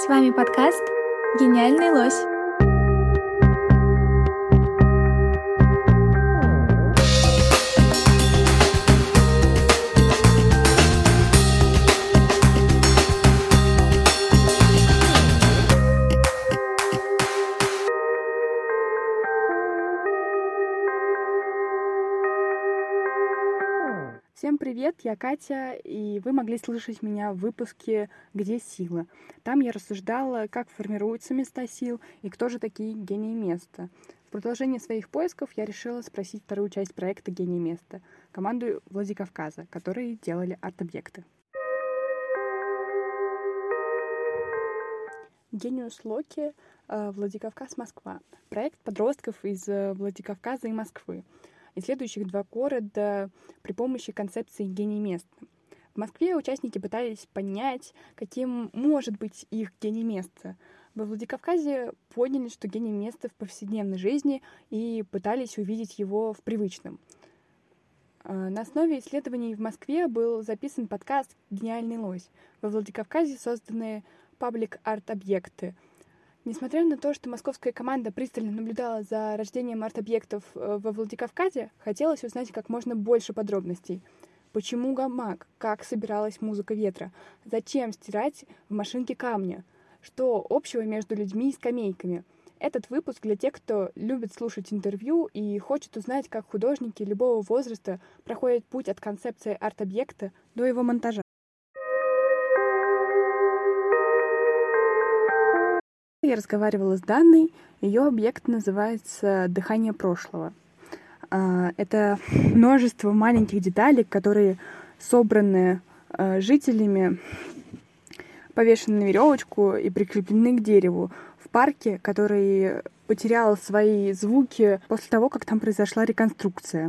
С вами подкаст «Гениальный лось». Всем привет, я Катя, и вы могли слышать меня в выпуске «Где сила?». Там я рассуждала, как формируются места сил и кто же такие гении места. В продолжении своих поисков я решила спросить вторую часть проекта «Гений места» — команду Владикавказа, которые делали арт-объекты. Гениус Локи, Владикавказ, Москва. Проект подростков из Владикавказа и Москвы, исследующих два города при помощи концепции гений места. В Москве участники пытались понять, каким может быть их гений места. Во Владикавказе поняли, что гений места в повседневной жизни, и пытались увидеть его в привычном. На основе исследований в Москве был записан подкаст «Гениальный лось». Во Владикавказе созданы паблик-арт-объекты. Несмотря на то, что московская команда пристально наблюдала за рождением арт-объектов во Владикавказе, хотелось узнать как можно больше подробностей. Почему гамак? Как собиралась музыка ветра? Зачем стирать в машинке камня? Что общего между людьми и скамейками? Этот выпуск для тех, кто любит слушать интервью и хочет узнать, как художники любого возраста проходят путь от концепции арт-объекта до его монтажа. Я разговаривала с Данной, ее объект называется «Дыхание прошлого». Это множество маленьких деталей, которые собраны жителями, повешены на веревочку и прикреплены к дереву в парке, который потерял свои звуки после того, как там произошла реконструкция.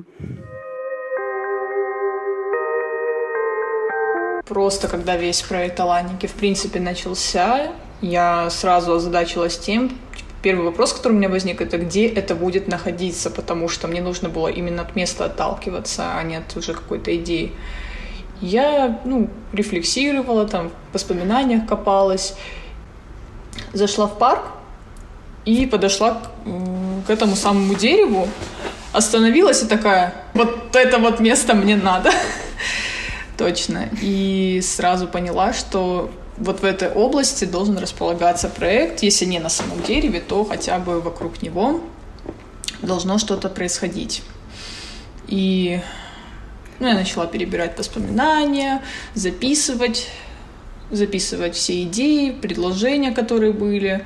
Просто когда весь проект «Аланики» в принципе начался, я сразу озадачилась тем, первый вопрос, который у меня возник, это где это будет находиться, потому что мне нужно было именно от места отталкиваться, а не от уже какой-то идеи. Я, рефлексировала, там, в воспоминаниях копалась, зашла в парк и подошла к этому самому дереву, остановилась и такая, вот это вот место мне надо. Точно. И сразу поняла, что вот в этой области должен располагаться проект. Если не на самом дереве, то хотя бы вокруг него должно что-то происходить. И я начала перебирать воспоминания, записывать все идеи, предложения, которые были.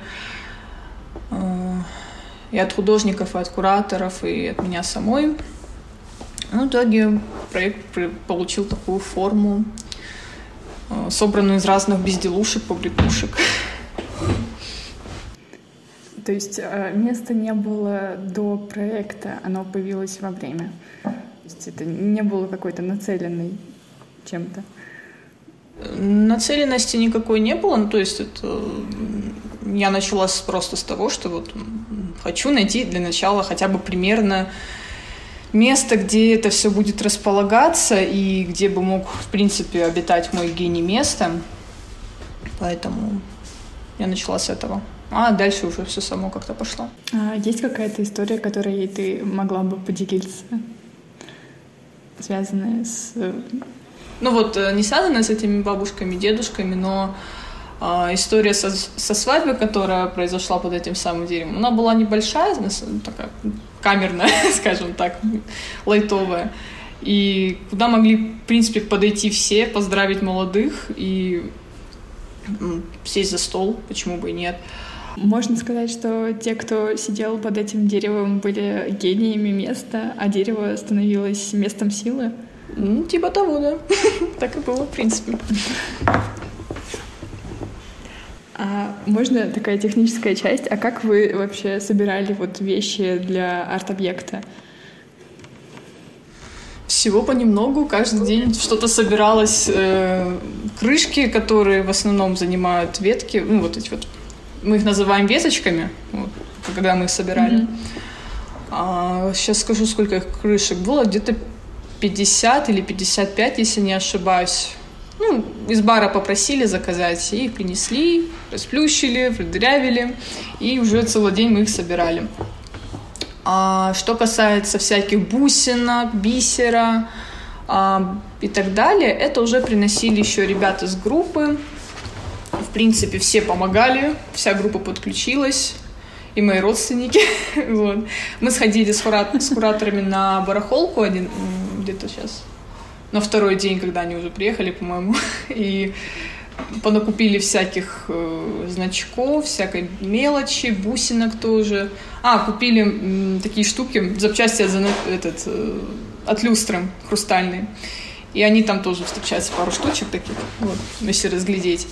И от художников, и от кураторов, и от меня самой. В итоге проект получил такую форму, собранную из разных безделушек, побрякушек. То есть места не было до проекта, оно появилось во время? То есть это не было какой-то нацеленной чем-то? Нацеленности никакой не было. То есть я начала просто с того, что хочу найти для начала хотя бы примерно место, где это все будет располагаться и где бы мог, в принципе, обитать мой гений места. Поэтому я начала с этого. А дальше уже все само как-то пошло. А есть какая-то история, которой ты могла бы поделиться, связанная с... не связанная с этими бабушками, дедушками, но история со свадьбой, которая произошла под этим самым деревом, она была небольшая, такая камерная, скажем так, лайтовая. И куда могли, в принципе, подойти все, поздравить молодых и сесть за стол, почему бы и нет. Можно сказать, что те, кто сидел под этим деревом, были гениями места, а дерево становилось местом силы? Типа того, да. Так и было, в принципе. А можно такая техническая часть? А как вы вообще собирали вещи для арт-объекта? Всего понемногу. Каждый день что-то собиралось. Крышки, которые в основном занимают ветки. Мы их называем веточками, когда мы их собирали. Сейчас скажу, сколько их крышек было. Где-то 50 или 55, если не ошибаюсь. из бара попросили заказать, и их принесли, расплющили, продырявили, и уже целый день мы их собирали. А что касается всяких бусинок, бисера и так далее, это уже приносили еще ребята с группы. В принципе, все помогали, вся группа подключилась, и мои родственники. Вот. Мы сходили с кураторами на барахолку где-то сейчас, на второй день, когда они уже приехали, по-моему, и понакупили всяких значков, всякой мелочи, бусинок тоже. Купили такие штуки, запчасти от люстры хрустальные. И они там тоже встречаются, пару штучек таких, вот, если разглядеть.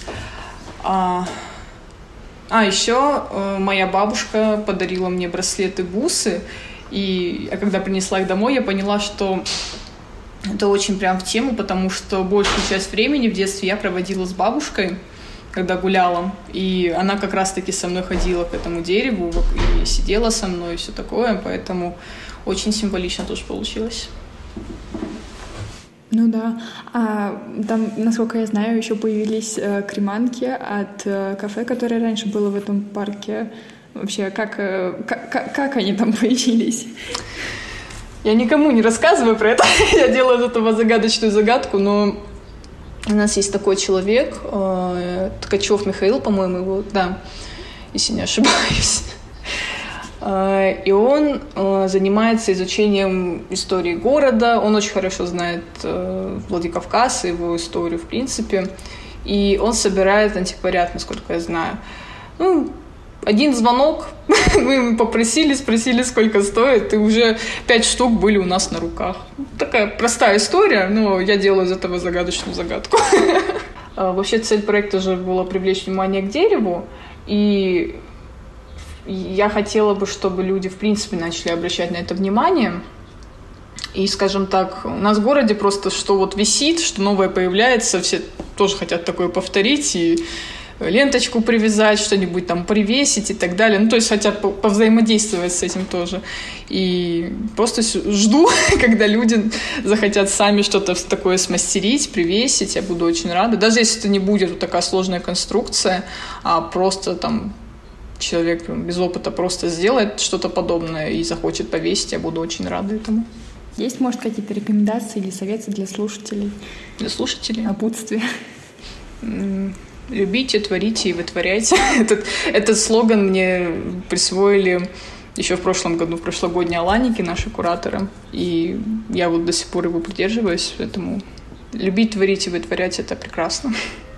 Еще моя бабушка подарила мне браслеты-бусы, и когда принесла их домой, я поняла, что это очень прям в тему, потому что большую часть времени в детстве я проводила с бабушкой, когда гуляла, и она как раз-таки со мной ходила к этому дереву и сидела со мной и все такое, поэтому очень символично тоже получилось. Ну да. Там, насколько я знаю, еще появились креманки от кафе, которое раньше было в этом парке. Вообще, как они там появились? Я никому не рассказываю про это. Я делаю из этого загадочную загадку, но у нас есть такой человек, Ткачев Михаил, по-моему, его, да, если не ошибаюсь. И он занимается изучением истории города, он очень хорошо знает Владикавказ и его историю в принципе, и он собирает антиквариат, насколько я знаю. Один звонок, мы ему попросили, спросили, сколько стоит, и уже 5 штук были у нас на руках. Такая простая история, но я делаю из этого загадочную загадку. Вообще цель проекта же была привлечь внимание к дереву, и я хотела бы, чтобы люди, в принципе, начали обращать на это внимание. И, скажем так, у нас в городе просто что вот висит, что новое появляется, все тоже хотят такое повторить, и ленточку привязать, что-нибудь там привесить и так далее. То есть хотят повзаимодействовать с этим тоже. И просто жду, когда люди захотят сами что-то такое смастерить, привесить. Я буду очень рада. Даже если это не будет вот такая сложная конструкция, а просто там человек без опыта просто сделает что-то подобное и захочет повесить, я буду очень рада этому. Есть, может, какие-то рекомендации или советы для слушателей? Для слушателей? Напутствие. Любите, творите и вытворяйте. Этот слоган мне присвоили еще в прошлом году, в прошлогодней Аланики, наши кураторы. И я вот до сих пор его придерживаюсь, поэтому любить, творить и вытворять — это прекрасно.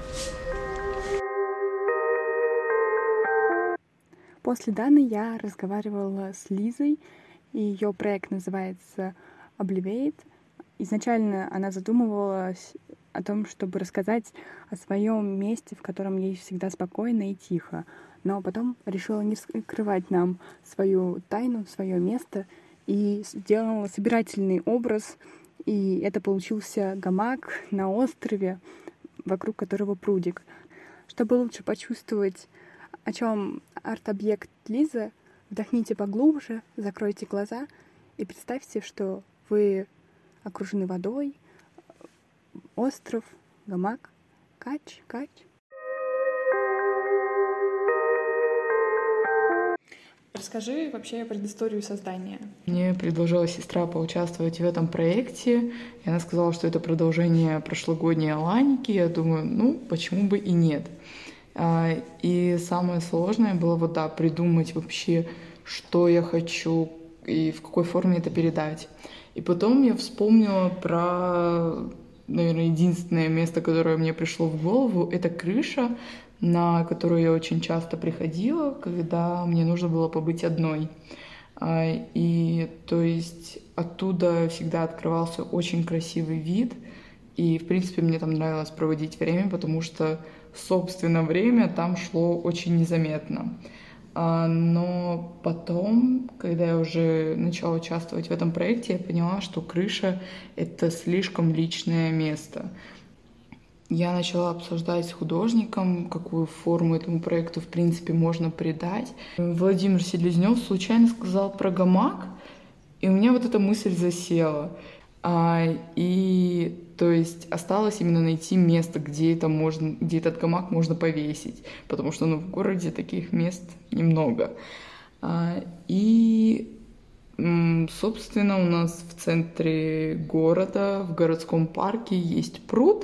После Даны я разговаривала с Лизой, и ее проект называется Oblivate. Изначально она задумывалась о том, чтобы рассказать о своем месте, в котором ей всегда спокойно и тихо. Но потом решила не скрывать нам свою тайну, свое место, и сделала собирательный образ. И это получился гамак на острове, вокруг которого прудик. Чтобы лучше почувствовать, о чем арт-объект Лизы, вдохните поглубже, закройте глаза и представьте, что вы окружены водой, остров, гамак, кач. Расскажи вообще предысторию создания. Мне предложила сестра поучаствовать в этом проекте, и она сказала, что это продолжение прошлогодней Аланики. Я думаю, почему бы и нет. И самое сложное было придумать вообще, что я хочу и в какой форме это передать. И потом я вспомнила про, наверное, единственное место, которое мне пришло в голову, это крыша, на которую я очень часто приходила, когда мне нужно было побыть одной. И то есть оттуда всегда открывался очень красивый вид, и, в принципе, мне там нравилось проводить время, потому что, собственно, время там шло очень незаметно. Но потом, когда я уже начала участвовать в этом проекте, я поняла, что крыша — это слишком личное место. Я начала обсуждать с художником, какую форму этому проекту, в принципе, можно придать. Владимир Селезнёв случайно сказал про гамак, и у меня вот эта мысль засела. И то есть осталось именно найти место, где этот гамак можно повесить, потому что в городе таких мест немного. И, собственно, у нас в центре города, в городском парке есть пруд,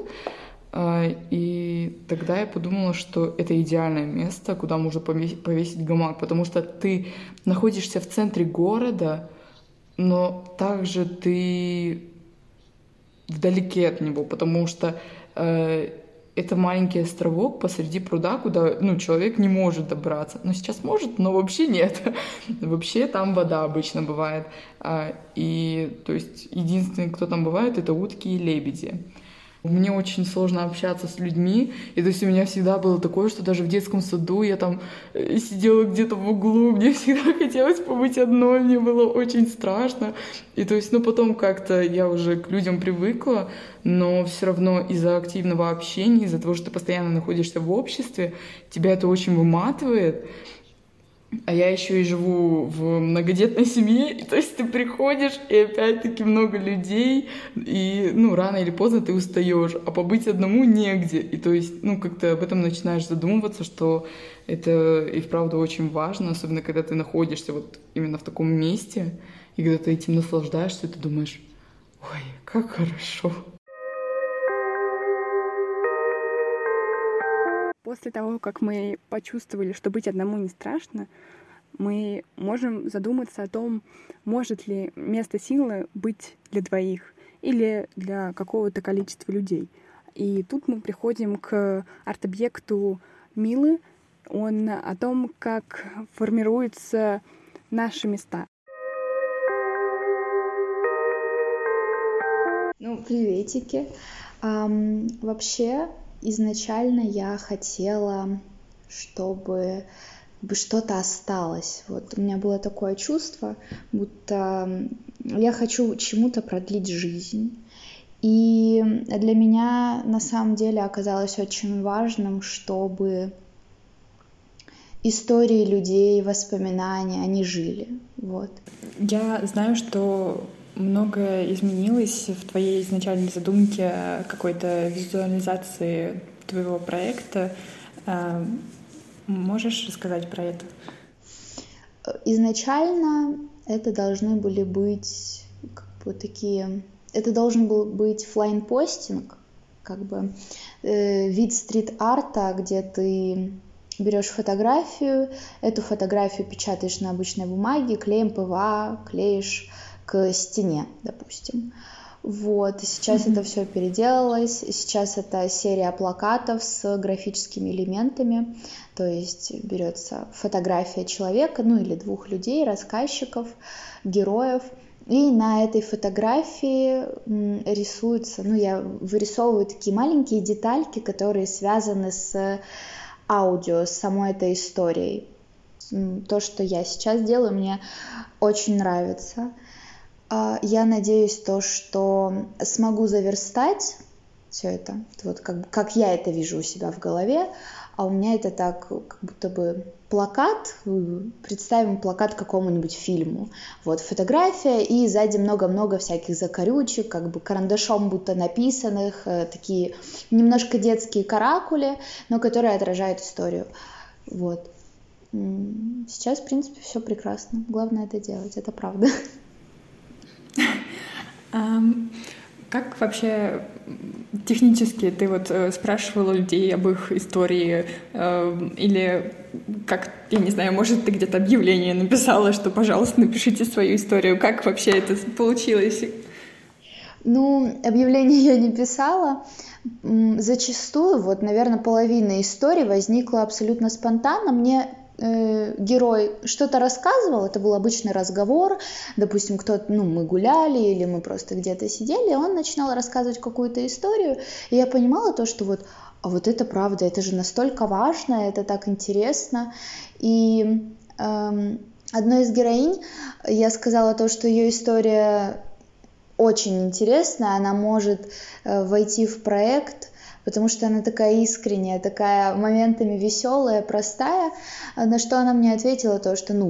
и тогда я подумала, что это идеальное место, куда можно повесить гамак, потому что ты находишься в центре города, но также ты вдалеке от него, потому что это маленький островок посреди пруда, куда человек не может добраться. Сейчас может, но вообще нет. Вообще там вода обычно бывает. И то есть единственный, кто там бывает, это утки и лебеди. Мне очень сложно общаться с людьми, и то есть у меня всегда было такое, что даже в детском саду я там сидела где-то в углу, мне всегда хотелось побыть одной, мне было очень страшно, и то есть, потом как-то я уже к людям привыкла, но все равно из-за активного общения, из-за того, что ты постоянно находишься в обществе, тебя это очень выматывает. А я еще и живу в многодетной семье, и, то есть ты приходишь, и опять-таки много людей, и, рано или поздно ты устаешь, а побыть одному негде. И то есть, как-то об этом начинаешь задумываться, что это и вправду очень важно, особенно когда ты находишься вот именно в таком месте, и когда ты этим наслаждаешься, ты думаешь, ой, как хорошо. После того, как мы почувствовали, что быть одному не страшно, мы можем задуматься о том, может ли место силы быть для двоих или для какого-то количества людей. И тут мы приходим к арт-объекту Милы. Он о том, как формируются наши места. Приветики. Вообще, изначально я хотела, чтобы что-то осталось. Вот у меня было такое чувство, будто я хочу чему-то продлить жизнь. И для меня на самом деле оказалось очень важным, чтобы истории людей, воспоминания, они жили. Вот. Я знаю, что многое изменилось в твоей изначальной задумке какой-то визуализации твоего проекта. Можешь рассказать про это? Изначально это должны были быть это должен был быть флайн-постинг, вид стрит-арта, где ты берешь фотографию, эту фотографию печатаешь на обычной бумаге, клеем ПВА, клеишь к стене, допустим. Вот, и сейчас это все переделалось, сейчас это серия плакатов с графическими элементами, то есть берется фотография человека, или двух людей, рассказчиков, героев, и на этой фотографии рисуются, я вырисовываю такие маленькие детальки, которые связаны с аудио, с самой этой историей. То, что я сейчас делаю, мне очень нравится. Я надеюсь, что смогу заверстать все это, вот как я это вижу у себя в голове, а у меня это так, как будто бы плакат, представим плакат к какому-нибудь фильму. Вот фотография, и сзади много-много всяких закорючек, карандашом будто написанных, такие немножко детские каракули, но которые отражают историю. Вот. Сейчас, в принципе, все прекрасно. Главное это делать, это правда. Как вообще технически ты спрашивала людей об их истории или как, я не знаю, может, ты где-то объявление написала, что, пожалуйста, напишите свою историю. Как вообще это получилось? Объявление я не писала. Зачастую, наверное, половина истории возникла абсолютно спонтанно. Мне герой что-то рассказывал, это был обычный разговор, допустим, мы гуляли или мы просто где-то сидели, и он начинал рассказывать какую-то историю, и я понимала то, что это правда, это же настолько важно, это так интересно. И одной из героинь я сказала то, что ее история очень интересная, она может войти в проект, потому что она такая искренняя, такая моментами веселая, простая, на что она мне ответила то, что,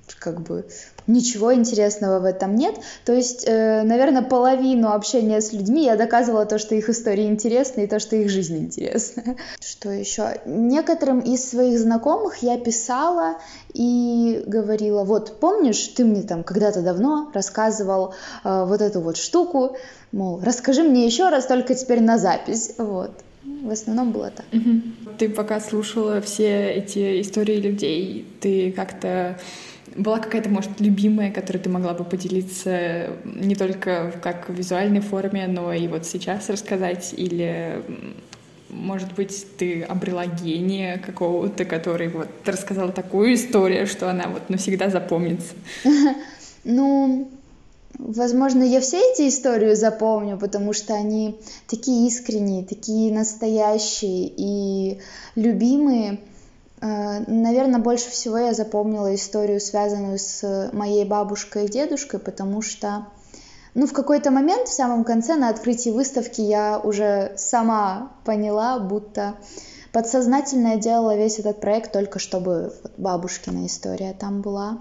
как бы ничего интересного в этом нет. То есть, наверное, половину общения с людьми я доказывала то, что их истории интересны, и то, что их жизнь интересна. Что еще? Некоторым из своих знакомых я писала и говорила: вот, помнишь, ты мне там когда-то давно рассказывал вот эту вот штуку, мол, расскажи мне еще раз, только теперь на запись. Вот. В основном было так. Ты пока слушала все эти истории людей, ты как-то... Была какая-то, может, любимая, которой ты могла бы поделиться не только как в визуальной форме, но и вот сейчас рассказать? Или, может быть, ты обрела гения какого-то, который вот рассказал такую историю, что она вот навсегда запомнится? Ну, возможно, я все эти истории запомню, потому что они такие искренние, такие настоящие и любимые. Наверное, больше всего я запомнила историю, связанную с моей бабушкой и дедушкой, потому что, в какой-то момент, в самом конце, на открытии выставки, я уже сама поняла, будто подсознательно я делала весь этот проект только чтобы бабушкина история там была.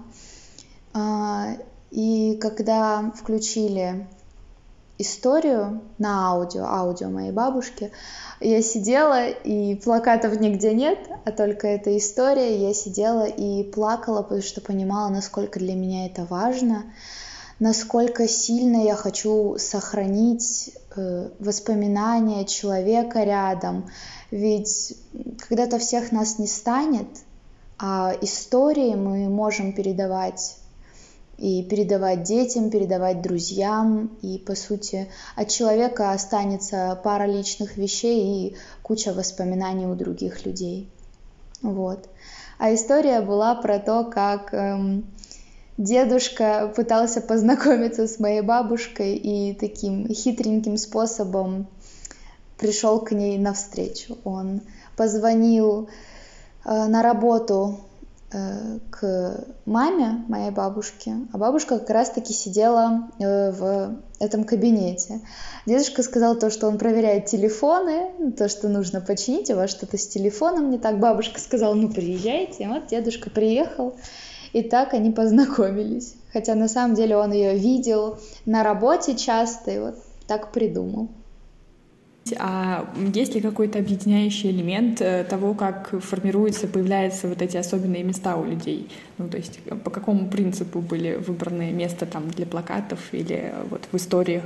И когда включили историю на аудио моей бабушки, я сидела, и плакатов нигде нет, а только эта история. Я сидела и плакала, потому что понимала, насколько для меня это важно, насколько сильно я хочу сохранить воспоминания человека рядом. Ведь когда-то всех нас не станет, а истории мы можем передавать. И передавать детям, передавать друзьям. И, по сути, от человека останется пара личных вещей и куча воспоминаний у других людей. Вот. А история была про то, как дедушка пытался познакомиться с моей бабушкой и таким хитреньким способом пришел к ней навстречу. Он позвонил на работу к маме моей бабушки, а бабушка как раз-таки сидела в этом кабинете. Дедушка сказал то, что он проверяет телефоны, то, что нужно починить, у вас что-то с телефоном не так. Бабушка сказала: приезжайте. И вот дедушка приехал, и так они познакомились. Хотя на самом деле он ее видел на работе часто, и вот так придумал. А есть ли какой-то объединяющий элемент того, как формируются, появляются вот эти особенные места у людей? То есть по какому принципу были выбраны места там для плакатов или вот в историях?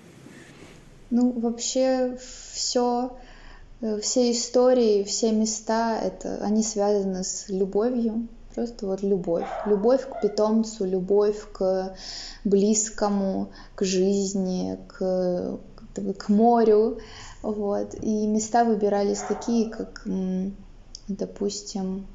Вообще все истории, все места, они связаны с любовью. Просто вот любовь. Любовь к питомцу, любовь к близкому, к жизни, к морю. Вот. И места выбирались такие, как, допустим,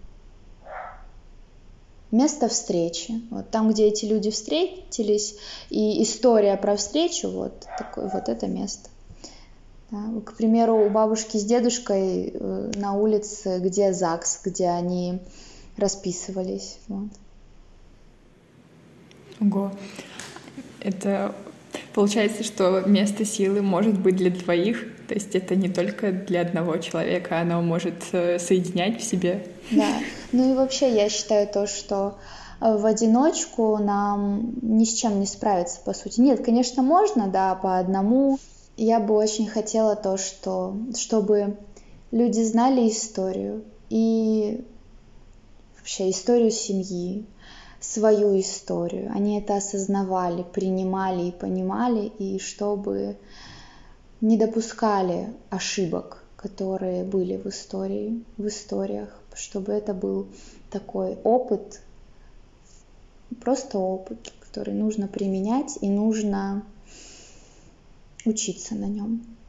место встречи. Вот там, где эти люди встретились, и история про встречу, вот это место. Да. К примеру, у бабушки с дедушкой на улице, где ЗАГС, где они расписывались. Вот. Ого. Это получается, что место силы может быть для двоих, то есть это не только для одного человека, оно может соединять в себе. Да, и вообще я считаю то, что в одиночку нам ни с чем не справиться, по сути. Нет, конечно, можно, да, по одному. Я бы очень хотела то, чтобы люди знали историю и вообще историю семьи, свою историю. Они это осознавали, принимали и понимали, и чтобы не допускали ошибок, которые были в историях, чтобы это был такой опыт, просто опыт, который нужно применять и нужно учиться на нем.